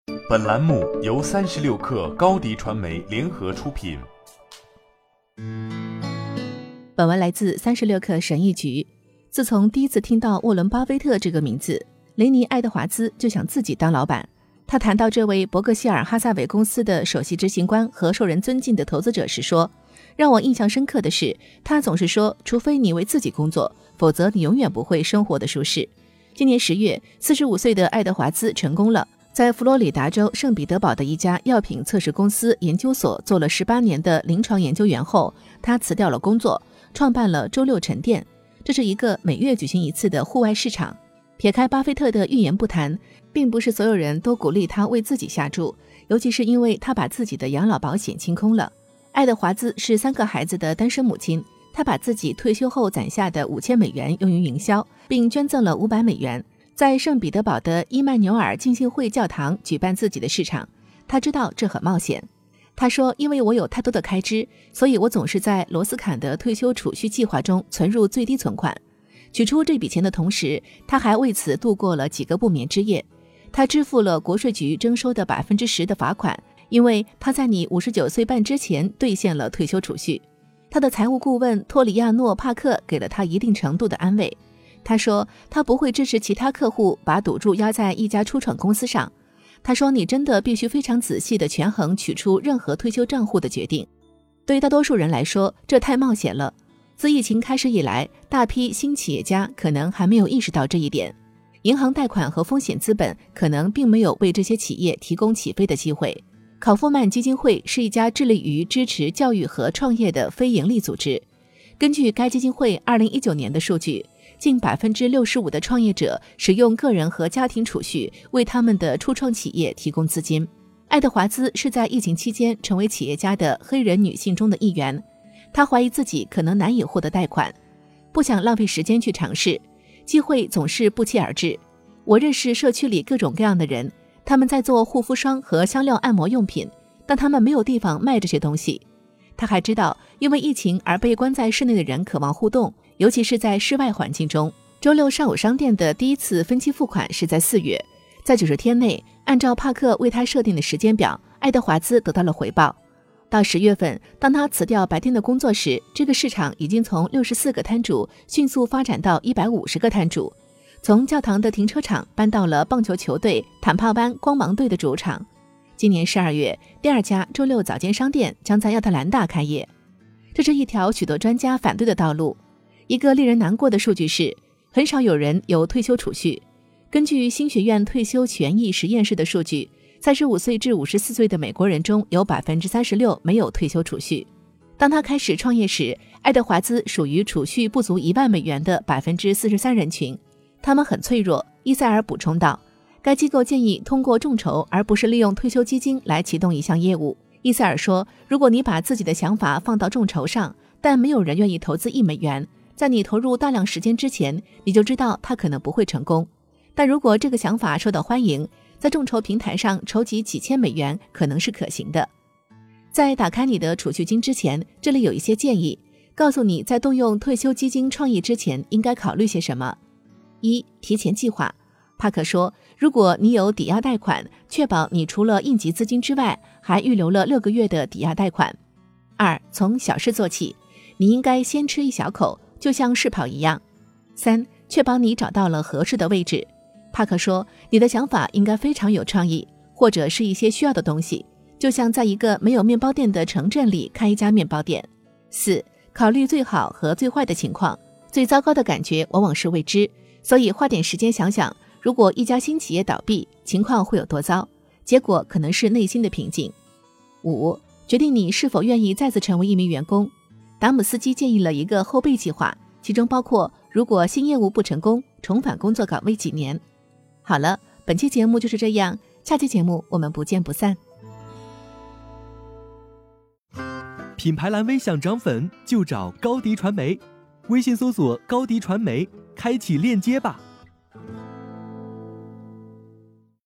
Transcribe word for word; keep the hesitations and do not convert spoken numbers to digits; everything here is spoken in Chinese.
本栏目由三十六氪高低传媒联合出品。 本文来自三十六氪神译局。自从第一次听到沃伦·巴菲特这个名字，雷尼·爱德华兹就想自己当老板。他谈到这位伯克希尔哈撒韦公司的首席执行官和受人尊敬的投资者时说，让我印象深刻的是，他总是说，除非你为自己工作，否则你永远不会生活的舒适。今年十月，四十五岁的爱德华兹成功了，在佛罗里达州圣彼得堡的一家药品测试公司研究所做了十八年的临床研究员后，他辞掉了工作，创办了周六沉淀。这是一个每月举行一次的户外市场。撇开巴菲特的预言不谈，并不是所有人都鼓励他为自己下注，尤其是因为他把自己的养老保险清空了。爱德华兹是三个孩子的单身母亲，她把自己退休后攒下的五千美元用于营销，并捐赠了五百美元，在圣彼得堡的伊曼纽尔浸信会教堂举办自己的市场。他知道这很冒险。他说，因为我有太多的开支，所以我总是在罗斯坎的退休储蓄计划中存入最低存款。取出这笔钱的同时，他还为此度过了几个不眠之夜。他支付了国税局征收的 百分之十 的罚款，因为他在你五十九岁半之前兑现了退休储蓄。他的财务顾问托里亚诺·帕克给了他一定程度的安慰。他说，他不会支持其他客户把赌注压在一家初创公司上。他说，你真的必须非常仔细地权衡取出任何退休账户的决定。对大多数人来说，这太冒险了。自疫情开始以来，大批新企业家可能还没有意识到这一点。银行贷款和风险资本可能并没有为这些企业提供起飞的机会。考夫曼基金会是一家致力于支持教育和创业的非营利组织。根据该基金会二零一九年的数据，近 百分之六十五 的创业者使用个人和家庭储蓄为他们的初创企业提供资金。爱德华兹是在疫情期间成为企业家的黑人女性中的一员。她怀疑自己可能难以获得贷款，不想浪费时间去尝试，机会总是不期而至。我认识社区里各种各样的人，他们在做护肤霜和香料按摩用品，但他们没有地方卖这些东西。他还知道，因为疫情而被关在室内的人渴望互动，尤其是在室外环境中。周六上午商店的第一次分期付款是在四月，在九十天内，按照帕克为他设定的时间表，爱德华兹得到了回报。到十月份，当他辞掉白天的工作时，这个市场已经从六十四个摊主迅速发展到一百五十个摊主，从教堂的停车场搬到了棒球球队坦帕湾光芒队的主场。今年十二月，第二家周六早间商店将在亚特兰大开业。这是一条许多专家反对的道路。一个令人难过的数据是，很少有人有退休储蓄。根据新学院退休权益实验室的数据，三十五岁至五十四岁的美国人中有 百分之三十六 没有退休储蓄。当他开始创业时，爱德华兹属于储蓄不足一万美元的 百分之四十三 人群，他们很脆弱。伊塞尔补充道，该机构建议通过众筹而不是利用退休基金来启动一项业务。伊塞尔说，如果你把自己的想法放到众筹上，但没有人愿意投资一美元，在你投入大量时间之前，你就知道它可能不会成功。但如果这个想法受到欢迎，在众筹平台上筹集几千美元可能是可行的。在打开你的储蓄金之前，这里有一些建议，告诉你在动用退休基金创业之前应该考虑些什么。一、提前计划。帕克说，如果你有抵押贷款，确保你除了应急资金之外，还预留了六个月的抵押贷款。二、从小事做起，你应该先吃一小口，就像试跑一样。三、确保你找到了合适的位置。帕克说，你的想法应该非常有创意，或者是一些需要的东西，就像在一个没有面包店的城镇里开一家面包店。四、考虑最好和最坏的情况，最糟糕的感觉往往是未知，所以花点时间想想，如果一家新企业倒闭，情况会有多糟，结果可能是内心的平静。五、决定你是否愿意再次成为一名员工。达姆斯基建议了一个后备计划，其中包括如果新业务不成功，重返工作岗位几年。好了，本期节目就是这样，下期节目我们不见不散。 品牌蓝 V 想涨粉就找高迪传媒，微信搜索高迪传媒，开启链接吧。